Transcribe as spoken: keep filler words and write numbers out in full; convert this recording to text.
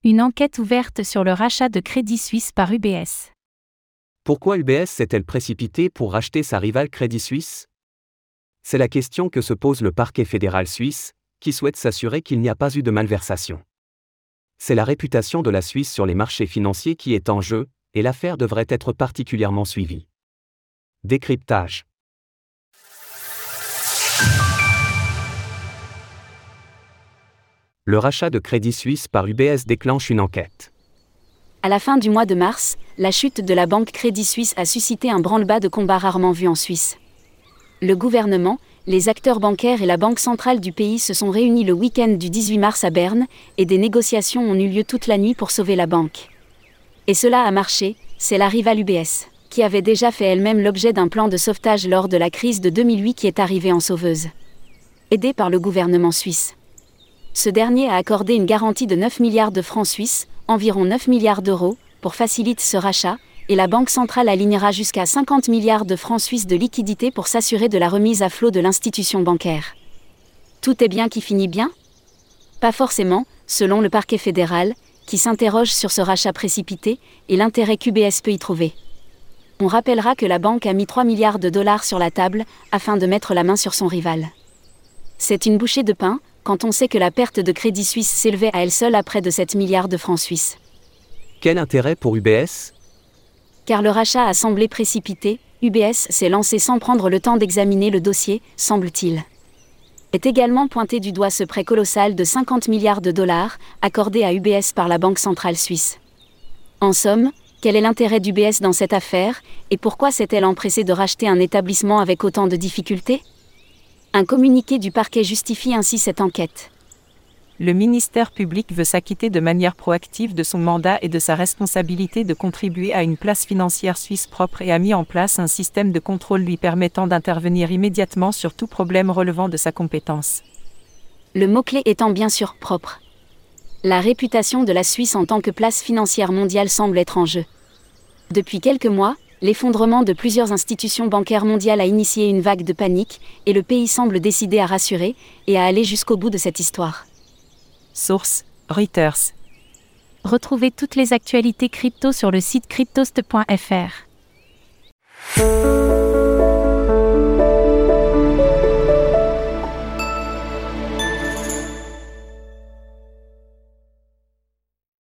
Une enquête ouverte sur le rachat de Crédit Suisse par U B S. Pourquoi U B S s'est-elle précipitée pour racheter sa rivale Crédit Suisse ? C'est la question que se pose le parquet fédéral suisse, qui souhaite s'assurer qu'il n'y a pas eu de malversation. C'est la réputation de la Suisse sur les marchés financiers qui est en jeu, et l'affaire devrait être particulièrement suivie. Décryptage. Le rachat de Crédit Suisse par U B S déclenche une enquête. À la fin du mois de mars, la chute de la banque Crédit Suisse a suscité un branle-bas de combat rarement vu en Suisse. Le gouvernement, les acteurs bancaires et la banque centrale du pays se sont réunis le week-end du dix-huit mars à Berne, et des négociations ont eu lieu toute la nuit pour sauver la banque. Et cela a marché, c'est la rivale U B S, qui avait déjà fait elle-même l'objet d'un plan de sauvetage lors de la crise de deux mille huit qui est arrivée en sauveuse. Aidée par le gouvernement suisse. Ce dernier a accordé une garantie de neuf milliards de francs suisses, environ neuf milliards d'euros, pour faciliter ce rachat, et la Banque centrale alignera jusqu'à cinquante milliards de francs suisses de liquidités pour s'assurer de la remise à flot de l'institution bancaire. Tout est bien qui finit bien ? Pas forcément, selon le parquet fédéral, qui s'interroge sur ce rachat précipité, et l'intérêt qu'U B S peut y trouver. On rappellera que la banque a mis trois milliards de dollars sur la table, afin de mettre la main sur son rival. C'est une bouchée de pain, quand on sait que la perte de Crédit Suisse s'élevait à elle seule à près de sept milliards de francs suisses. Quel intérêt pour U B S ? Car le rachat a semblé précipité, U B S s'est lancé sans prendre le temps d'examiner le dossier, semble-t-il. Est également pointé du doigt ce prêt colossal de cinquante milliards de dollars, accordé à U B S par la Banque centrale suisse. En somme, quel est l'intérêt d'U B S dans cette affaire, et pourquoi s'est-elle empressée de racheter un établissement avec autant de difficultés ? Un communiqué du parquet justifie ainsi cette enquête. Le ministère public veut s'acquitter de manière proactive de son mandat et de sa responsabilité de contribuer à une place financière suisse propre et a mis en place un système de contrôle lui permettant d'intervenir immédiatement sur tout problème relevant de sa compétence. Le mot-clé étant bien sûr propre. La réputation de la Suisse en tant que place financière mondiale semble être en jeu. Depuis quelques mois, l'effondrement de plusieurs institutions bancaires mondiales a initié une vague de panique, et le pays semble décidé à rassurer, et à aller jusqu'au bout de cette histoire. Source: Reuters. Retrouvez toutes les actualités crypto sur le site cryptost point f r.